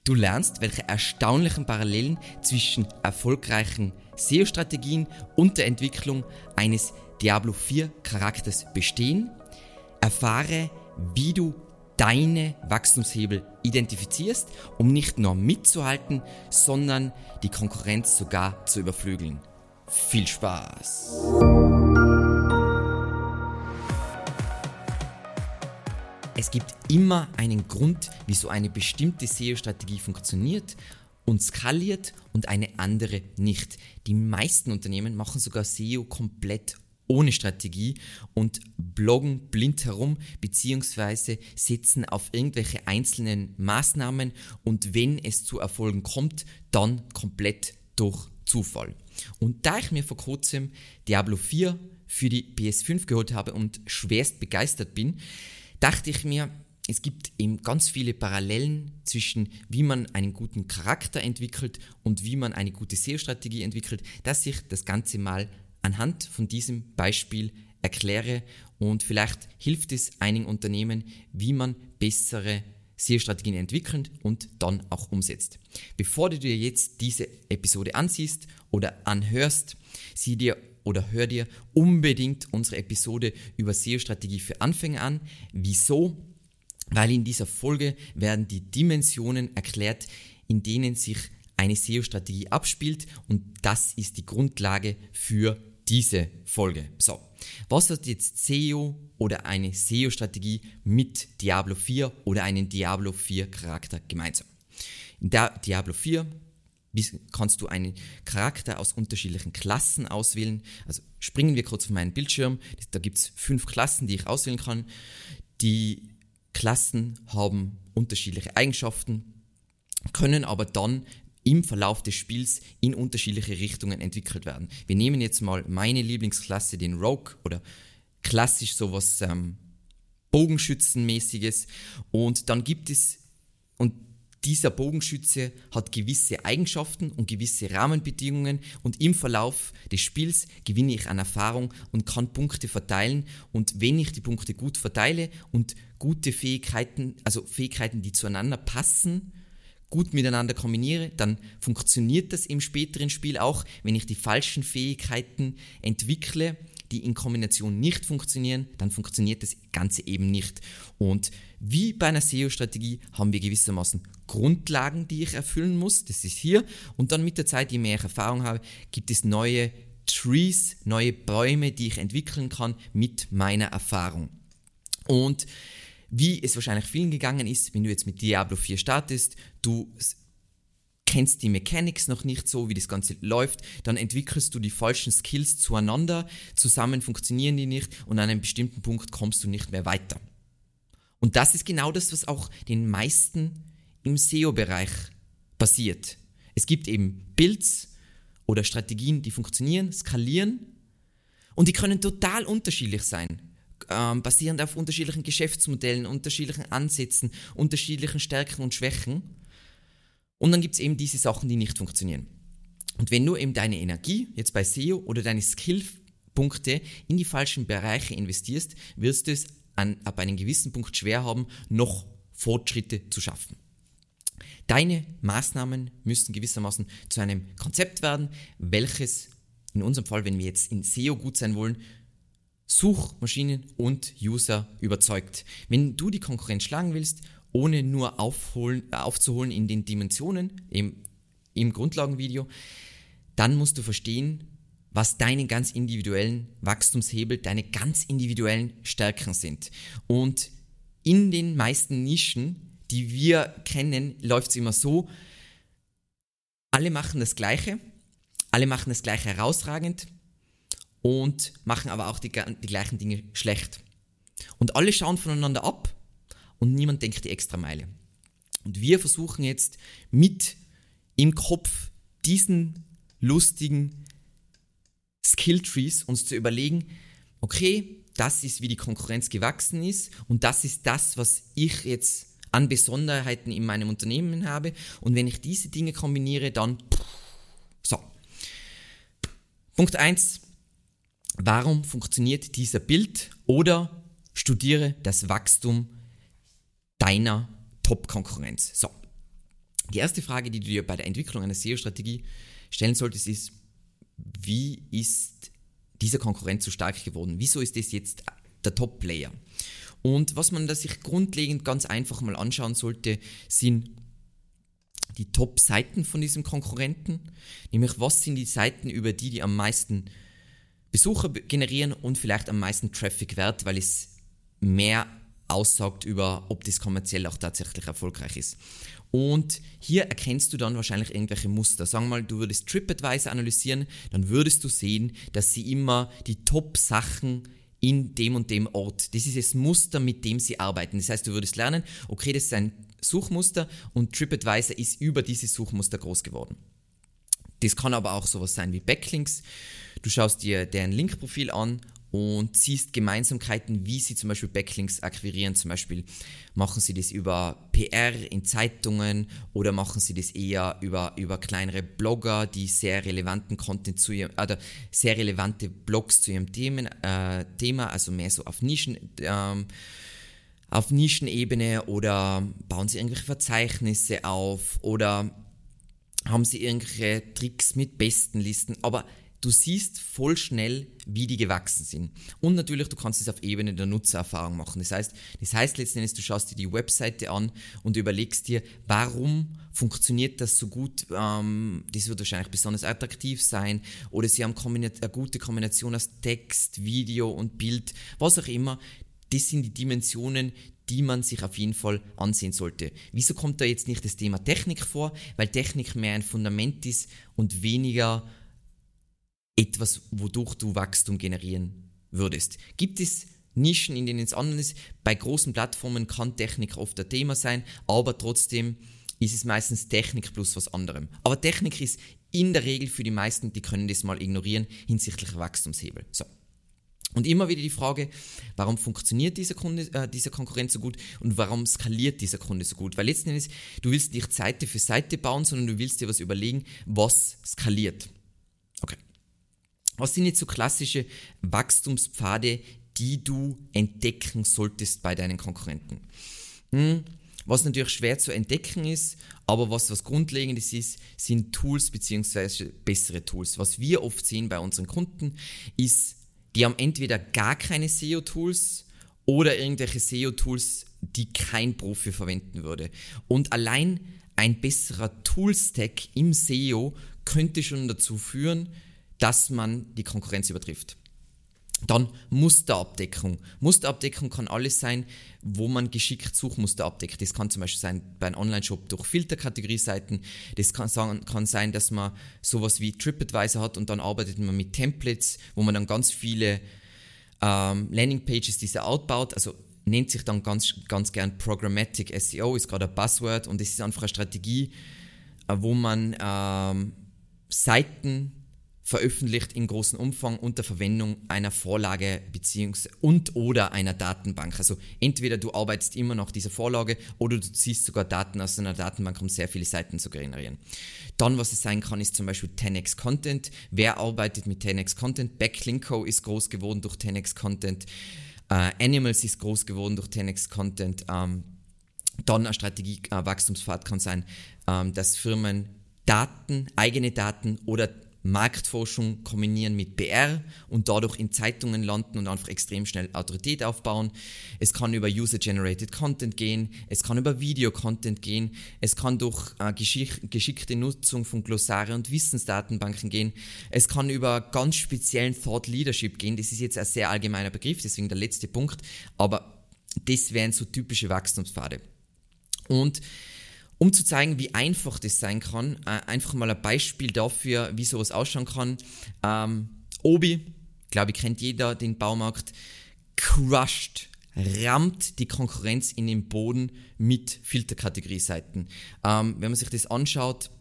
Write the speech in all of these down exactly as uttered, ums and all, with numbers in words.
Du lernst, welche erstaunlichen Parallelen zwischen erfolgreichen S E O-Strategien und der Entwicklung eines Diablo vier Charakters bestehen. Erfahre, wie du deine Wachstumshebel identifizierst, um nicht nur mitzuhalten, sondern die Konkurrenz sogar zu überflügeln. Viel Spaß! Es gibt immer einen Grund, wieso eine bestimmte S E O-Strategie funktioniert und skaliert und eine andere nicht. Die meisten Unternehmen machen sogar S E O komplett ohne Strategie und bloggen blind herum bzw. setzen auf irgendwelche einzelnen Maßnahmen und wenn es zu Erfolgen kommt, dann komplett durch Zufall. Und da ich mir vor kurzem Diablo vier für die P S fünf geholt habe und schwerst begeistert bin, dachte ich mir, es gibt eben ganz viele Parallelen zwischen wie man einen guten Charakter entwickelt und wie man eine gute S E O-Strategie entwickelt, dass ich das Ganze mal anhand von diesem Beispiel erkläre und vielleicht hilft es einigen Unternehmen, wie man bessere S E O-Strategien entwickelt und dann auch umsetzt. Bevor du dir jetzt diese Episode ansiehst oder anhörst, sieh dir oder hör dir unbedingt unsere Episode über S E O-Strategie für Anfänger an. Wieso? Weil in dieser Folge werden die Dimensionen erklärt, in denen sich eine S E O-Strategie abspielt und das ist die Grundlage für diese Folge. So, was hat jetzt S E O oder eine S E O-Strategie mit Diablo vier oder einem Diablo vier Charakter gemeinsam? In der Diablo vier kannst du einen Charakter aus unterschiedlichen Klassen auswählen. Also springen wir kurz auf meinen Bildschirm. Da gibt es fünf Klassen, die ich auswählen kann. Die Klassen haben unterschiedliche Eigenschaften, können aber dann im Verlauf des Spiels in unterschiedliche Richtungen entwickelt werden. Wir nehmen jetzt mal meine Lieblingsklasse, den Rogue, oder klassisch sowas ähm, Bogenschützenmäßiges. Und dann gibt es, und dieser Bogenschütze hat gewisse Eigenschaften und gewisse Rahmenbedingungen und im Verlauf des Spiels gewinne ich an Erfahrung und kann Punkte verteilen und wenn ich die Punkte gut verteile und gute Fähigkeiten, also Fähigkeiten, die zueinander passen, gut miteinander kombiniere, dann funktioniert das im späteren Spiel auch. Wenn ich die falschen Fähigkeiten entwickle, die in Kombination nicht funktionieren, dann funktioniert das Ganze eben nicht. Und wie bei einer S E O-Strategie haben wir gewissermaßen Grundlagen, die ich erfüllen muss, das ist hier. Und dann mit der Zeit, je mehr ich Erfahrung habe, gibt es neue Trees, neue Bäume, die ich entwickeln kann mit meiner Erfahrung. Und wie es wahrscheinlich vielen gegangen ist, wenn du jetzt mit Diablo vier startest, du kennst die Mechanics noch nicht so, wie das Ganze läuft, dann entwickelst du die falschen Skills zueinander, zusammen funktionieren die nicht und an einem bestimmten Punkt kommst du nicht mehr weiter. Und das ist genau das, was auch den meisten im S E O-Bereich passiert. Es gibt eben Builds oder Strategien, die funktionieren, skalieren und die können total unterschiedlich sein. Ähm, basierend auf unterschiedlichen Geschäftsmodellen, unterschiedlichen Ansätzen, unterschiedlichen Stärken und Schwächen. Und dann gibt es eben diese Sachen, die nicht funktionieren. Und wenn du eben deine Energie, jetzt bei S E O, oder deine Skillpunkte in die falschen Bereiche investierst, wirst du es an, ab einem gewissen Punkt schwer haben, noch Fortschritte zu schaffen. Deine Maßnahmen müssten gewissermaßen zu einem Konzept werden, welches in unserem Fall, wenn wir jetzt in S E O gut sein wollen, Suchmaschinen und User überzeugt. Wenn du die Konkurrenz schlagen willst, ohne nur aufholen, aufzuholen in den Dimensionen im, im Grundlagenvideo, dann musst du verstehen, was deine ganz individuellen Wachstumshebel, deine ganz individuellen Stärken sind. Und in den meisten Nischen, die wir kennen, läuft es immer so, alle machen das Gleiche, alle machen das Gleiche herausragend und machen aber auch die, die gleichen Dinge schlecht. Und alle schauen voneinander ab und niemand denkt die Extrameile. Und wir versuchen jetzt mit im Kopf diesen lustigen Skilltrees uns zu überlegen, okay, das ist, wie die Konkurrenz gewachsen ist und das ist das, was ich jetzt an Besonderheiten in meinem Unternehmen habe und wenn ich diese Dinge kombiniere, dann so. Punkt eins. Warum funktioniert dieser Build? Oder studiere das Wachstum deiner Top-Konkurrenz. So, Die erste Frage, die du dir bei der Entwicklung einer S E O-Strategie stellen solltest, ist, wie ist dieser Konkurrent so stark geworden? Wieso ist das jetzt der Top-Player? Und was man da sich grundlegend ganz einfach mal anschauen sollte, sind die Top-Seiten von diesem Konkurrenten. Nämlich, was sind die Seiten, über die die am meisten Besucher generieren und vielleicht am meisten Traffic wert, weil es mehr aussagt über, ob das kommerziell auch tatsächlich erfolgreich ist. Und hier erkennst du dann wahrscheinlich irgendwelche Muster. Sagen wir mal, du würdest TripAdvisor analysieren, dann würdest du sehen, dass sie immer die Top-Sachen in dem und dem Ort, das ist das Muster, mit dem sie arbeiten. Das heißt, du würdest lernen, okay, das ist ein Suchmuster und TripAdvisor ist über dieses Suchmuster groß geworden. Das kann aber auch sowas sein wie Backlinks. Du schaust dir deren Linkprofil an und siehst Gemeinsamkeiten, wie sie zum Beispiel Backlinks akquirieren. Zum Beispiel machen sie das über P R in Zeitungen oder machen sie das eher über, über kleinere Blogger, die sehr relevanten Content zu ihrem, oder sehr relevante Blogs zu ihrem Themen, äh, Thema, also mehr so auf Nischen, ähm, auf Nischenebene, oder bauen sie irgendwelche Verzeichnisse auf oder haben sie irgendwelche Tricks mit Bestenlisten, aber du siehst voll schnell, wie die gewachsen sind. Und natürlich, du kannst es auf Ebene der Nutzererfahrung machen. Das heißt, das heißt letzten Endes, du schaust dir die Webseite an und überlegst dir, warum funktioniert das so gut? Ähm, das wird wahrscheinlich besonders attraktiv sein, oder sie haben kombina- eine gute Kombination aus Text, Video und Bild, was auch immer. Das sind die Dimensionen, die man sich auf jeden Fall ansehen sollte. Wieso kommt da jetzt nicht das Thema Technik vor? Weil Technik mehr ein Fundament ist und weniger etwas, wodurch du Wachstum generieren würdest. Gibt es Nischen, in denen es anders ist? Bei großen Plattformen kann Technik oft ein Thema sein, aber trotzdem ist es meistens Technik plus was anderem. Aber Technik ist in der Regel für die meisten, die können das mal ignorieren, hinsichtlich Wachstumshebel. So. Und immer wieder die Frage, warum funktioniert dieser Kunde, äh, dieser Konkurrent so gut und warum skaliert dieser Kunde so gut? Weil letzten Endes, du willst nicht Seite für Seite bauen, sondern du willst dir was überlegen, was skaliert. Okay. Was sind jetzt so klassische Wachstumspfade, die du entdecken solltest bei deinen Konkurrenten? Hm, was natürlich schwer zu entdecken ist, aber was was Grundlegendes ist, sind Tools bzw. bessere Tools. Was wir oft sehen bei unseren Kunden ist, die haben entweder gar keine S E O-Tools oder irgendwelche S E O-Tools, die kein Profi verwenden würde. Und allein ein besserer Toolstack im S E O könnte schon dazu führen, dass man die Konkurrenz übertrifft. Dann Musterabdeckung. Musterabdeckung kann alles sein, wo man geschickt Suchmuster abdeckt. Das kann zum Beispiel sein bei einem Online-Shop durch Filterkategorieseiten. Das kann, sagen, kann sein, dass man sowas wie TripAdvisor hat und dann arbeitet man mit Templates, wo man dann ganz viele ähm, Landingpages diese outbaut. Also nennt sich dann ganz, ganz gern Programmatic S E O, ist gerade ein Buzzword, und das ist einfach eine Strategie, wo man ähm, Seiten veröffentlicht in großem Umfang unter Verwendung einer Vorlage beziehungs- und oder einer Datenbank. Also entweder du arbeitest immer nach dieser Vorlage oder du ziehst sogar Daten aus einer Datenbank, um sehr viele Seiten zu generieren. Dann, was es sein kann, ist zum Beispiel ten x Content. Wer arbeitet mit ten x Content? Backlinko ist groß geworden durch ten x Content. Uh, Animals ist groß geworden durch ten x Content. Um, dann eine Strategie, uh, Wachstumspfad kann sein, um, dass Firmen Daten, eigene Daten oder Marktforschung kombinieren mit P R und dadurch in Zeitungen landen und einfach extrem schnell Autorität aufbauen. Es kann über User-Generated Content gehen, es kann über Video-Content gehen, es kann durch äh, geschick- geschickte Nutzung von Glossare und Wissensdatenbanken gehen, es kann über ganz speziellen Thought Leadership gehen. Das ist jetzt ein sehr allgemeiner Begriff, deswegen der letzte Punkt, aber das wären so typische Wachstumspfade. Und um zu zeigen, wie einfach das sein kann, äh, einfach mal ein Beispiel dafür, wie sowas ausschauen kann. Ähm, Obi, glaube ich, kennt jeder den Baumarkt, crushed, rammt die Konkurrenz in den Boden mit Filterkategorie-Seiten. Ähm, wenn man sich das anschaut,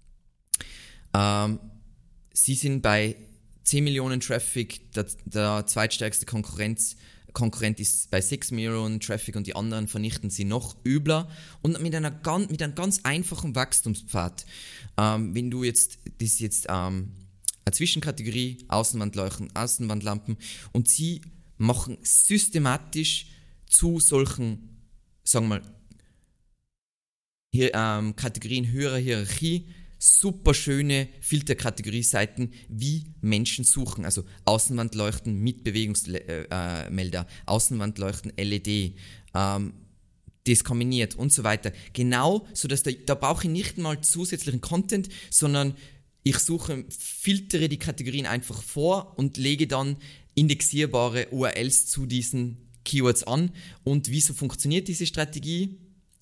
ähm, sie sind bei zehn Millionen Traffic, der, der zweitstärkste Konkurrenz, Konkurrent ist bei sechs Millionen Traffic und die anderen vernichten sie noch übler und mit, einer, mit einem ganz einfachen Wachstumspfad. Ähm, wenn du jetzt, das ist jetzt ähm, eine Zwischenkategorie, Außenwandleuchten, Außenwandlampen, und sie machen systematisch zu solchen, sagen wir mal, hier, ähm, Kategorien höherer Hierarchie, super schöne Filterkategorie-Seiten, wie Menschen suchen. Also Außenwandleuchten mit Bewegungsmelder, Außenwandleuchten L E D, ähm, das kombiniert und so weiter. Genau, sodass da, da brauche ich nicht mal zusätzlichen Content, sondern ich suche, filtere die Kategorien einfach vor und lege dann indexierbare U R Ls zu diesen Keywords an. Und wieso funktioniert diese Strategie?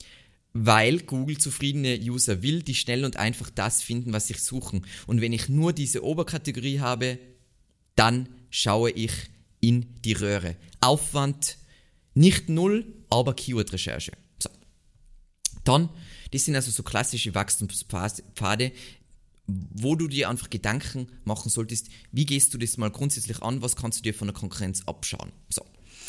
Weil Google zufriedene User will, die schnell und einfach das finden, was sie suchen. Und wenn ich nur diese Oberkategorie habe, dann schaue ich in die Röhre. Aufwand nicht null, aber Keyword-Recherche. So. Dann, das sind also so klassische Wachstumspfade, wo du dir einfach Gedanken machen solltest, wie gehst du das mal grundsätzlich an, was kannst du dir von der Konkurrenz abschauen. So.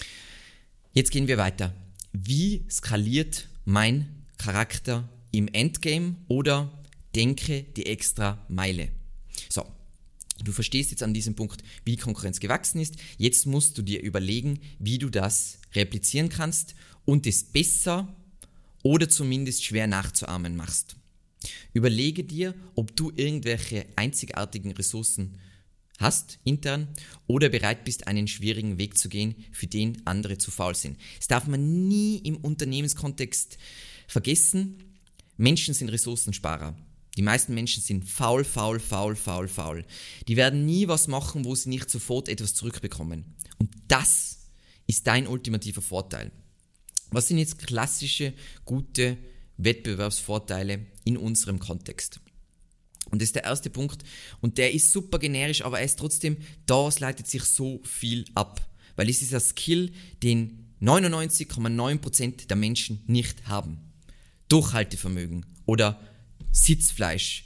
Jetzt gehen wir weiter. Wie skaliert mein Charakter im Endgame oder denke die extra Meile? So. Du verstehst jetzt an diesem Punkt, wie die Konkurrenz gewachsen ist. Jetzt musst du dir überlegen, wie du das replizieren kannst und es besser oder zumindest schwer nachzuahmen machst. Überlege dir, ob du irgendwelche einzigartigen Ressourcen hast, intern, oder bereit bist, einen schwierigen Weg zu gehen, für den andere zu faul sind. Das darf man nie im Unternehmenskontext vergessen. Menschen sind Ressourcensparer. Die meisten Menschen sind faul, faul, faul, faul, faul. Die werden nie was machen, wo sie nicht sofort etwas zurückbekommen. Und das ist dein ultimativer Vorteil. Was sind jetzt klassische, gute Wettbewerbsvorteile in unserem Kontext? Und das ist der erste Punkt. Und der ist super generisch, aber er ist trotzdem, daraus leitet sich so viel ab. Weil es ist ein Skill, den neunundneunzig Komma neun Prozent der Menschen nicht haben. Durchhaltevermögen oder Sitzfleisch.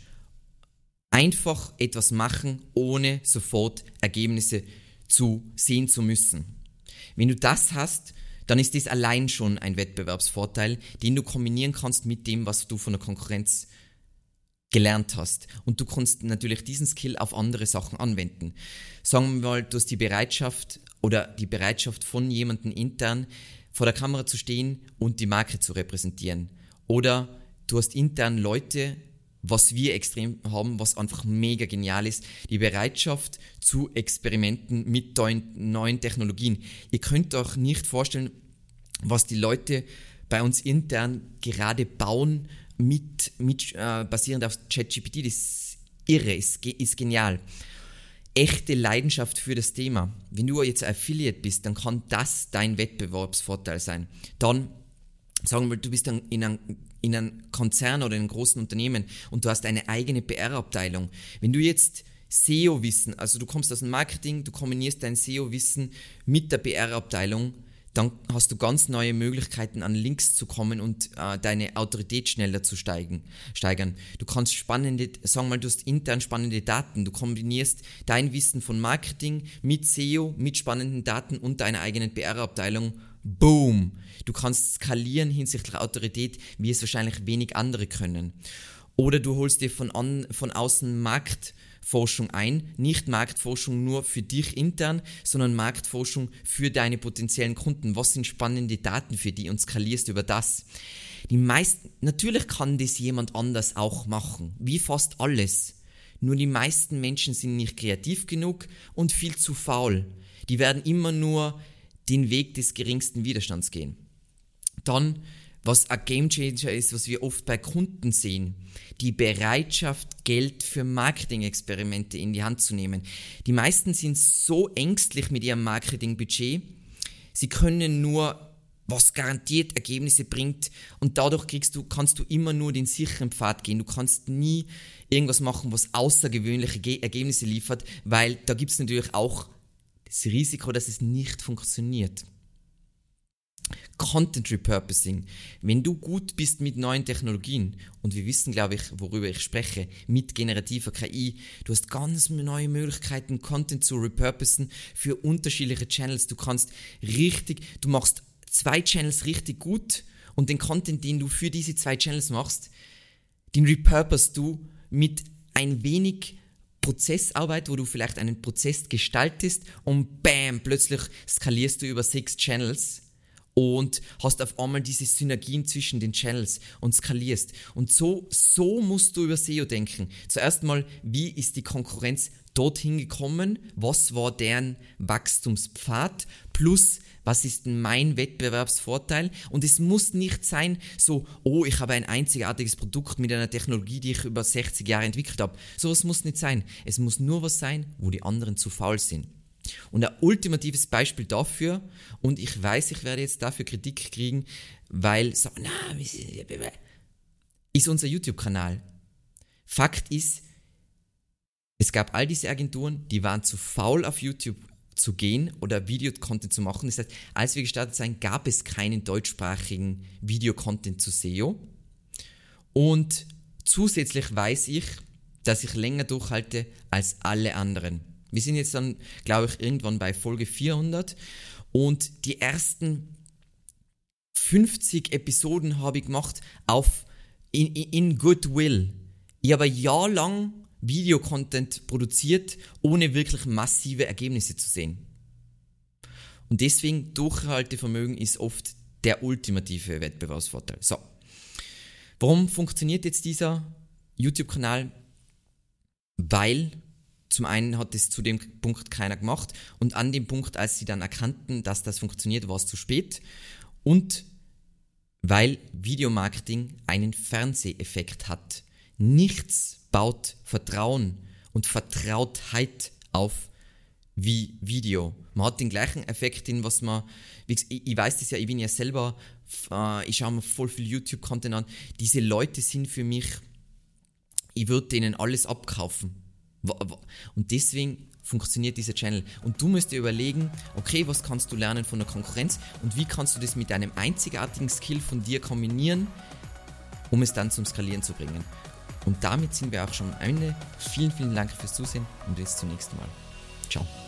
Einfach etwas machen, ohne sofort Ergebnisse zu sehen zu müssen. Wenn du das hast, dann ist das allein schon ein Wettbewerbsvorteil, den du kombinieren kannst mit dem, was du von der Konkurrenz gelernt hast. Und du kannst natürlich diesen Skill auf andere Sachen anwenden. Sagen wir mal, du hast die Bereitschaft oder die Bereitschaft von jemandem intern vor der Kamera zu stehen und die Marke zu repräsentieren. Oder du hast intern Leute, was wir extrem haben, was einfach mega genial ist, die Bereitschaft zu Experimenten mit neuen Technologien. Ihr könnt euch nicht vorstellen, was die Leute bei uns intern gerade bauen, mit, mit äh, basierend auf ChatGPT. Das ist irre, ist, ist genial. Echte Leidenschaft für das Thema. Wenn du jetzt Affiliate bist, dann kann das dein Wettbewerbsvorteil sein. Dann sagen wir, du bist in einem, in einem Konzern oder in einem großen Unternehmen und du hast eine eigene P R-Abteilung. Wenn du jetzt S E O-Wissen, also du kommst aus dem Marketing, du kombinierst dein S E O-Wissen mit der P R-Abteilung, dann hast du ganz neue Möglichkeiten, an Links zu kommen und äh, deine Autorität schneller zu steigen, steigern. Du kannst spannende, sagen wir mal, du hast intern spannende Daten. Du kombinierst dein Wissen von Marketing mit S E O, mit spannenden Daten und deiner eigenen P R-Abteilung. Boom! Du kannst skalieren hinsichtlich Autorität, wie es wahrscheinlich wenig andere können. Oder du holst dir von, an, von außen Marktforschung ein, nicht Marktforschung nur für dich intern, sondern Marktforschung für deine potenziellen Kunden. Was sind spannende Daten für die und skalierst über das? Die meisten, natürlich kann das jemand anders auch machen, wie fast alles. Nur die meisten Menschen sind nicht kreativ genug und viel zu faul. Die werden immer nur den Weg des geringsten Widerstands gehen. Dann, was ein Gamechanger ist, was wir oft bei Kunden sehen, die Bereitschaft, Geld für Marketing-Experimente in die Hand zu nehmen. Die meisten sind so ängstlich mit ihrem Marketingbudget, sie können nur, was garantiert Ergebnisse bringt, und dadurch kriegst du, kannst du immer nur den sicheren Pfad gehen. Du kannst nie irgendwas machen, was außergewöhnliche Ge- Ergebnisse liefert, weil da gibt es natürlich auch das Risiko, dass es nicht funktioniert. Content Repurposing. Wenn du gut bist mit neuen Technologien, und wir wissen, glaube ich, worüber ich spreche, mit generativer K I, du hast ganz neue Möglichkeiten, Content zu repurposen für unterschiedliche Channels. Du kannst richtig, du machst zwei Channels richtig gut und den Content, den du für diese zwei Channels machst, den repurposest du mit ein wenig Prozessarbeit, wo du vielleicht einen Prozess gestaltest und bam, plötzlich skalierst du über sechs Channels und hast auf einmal diese Synergien zwischen den Channels und skalierst. Und so, so musst du über S E O denken. Zuerst mal, wie ist die Konkurrenz dorthin gekommen? Was war deren Wachstumspfad? Plus, was ist denn mein Wettbewerbsvorteil? Und es muss nicht sein, so, oh, ich habe ein einzigartiges Produkt mit einer Technologie, die ich über sechzig Jahre entwickelt habe. So was muss nicht sein. Es muss nur was sein, wo die anderen zu faul sind. Und ein ultimatives Beispiel dafür, und ich weiß, ich werde jetzt dafür Kritik kriegen, weil, so, na, ist unser YouTube-Kanal. Fakt ist, es gab all diese Agenturen, die waren zu faul auf YouTube zu gehen oder Video-Content zu machen. Das heißt, als wir gestartet sind, gab es keinen deutschsprachigen Video-Content zu S E O. Und zusätzlich weiß ich, dass ich länger durchhalte als alle anderen. Wir sind jetzt dann, glaube ich, irgendwann bei Folge vierhundert und die ersten fünfzig Episoden habe ich gemacht auf in, in Goodwill. Ich habe ein Jahr lang Videocontent produziert, ohne wirklich massive Ergebnisse zu sehen. Und deswegen, Durchhaltevermögen ist oft der ultimative Wettbewerbsvorteil. So, warum funktioniert jetzt dieser YouTube-Kanal? Weil zum einen hat es zu dem Punkt keiner gemacht und an dem Punkt, als sie dann erkannten, dass das funktioniert, war es zu spät. Und weil Videomarketing einen Fernseheffekt hat. Nichts baut Vertrauen und Vertrautheit auf wie Video. Man hat den gleichen Effekt, den was man, ich, ich weiß das ja, ich bin ja selber, äh, ich schaue mir voll viel YouTube-Content an. Diese Leute sind für mich, ich würde denen alles abkaufen. Und deswegen funktioniert dieser Channel. Und du musst dir überlegen, okay, was kannst du lernen von der Konkurrenz und wie kannst du das mit einem einzigartigen Skill von dir kombinieren, um es dann zum Skalieren zu bringen. Und damit sind wir auch schon am Ende. Vielen, vielen Dank fürs Zusehen und bis zum nächsten Mal. Ciao.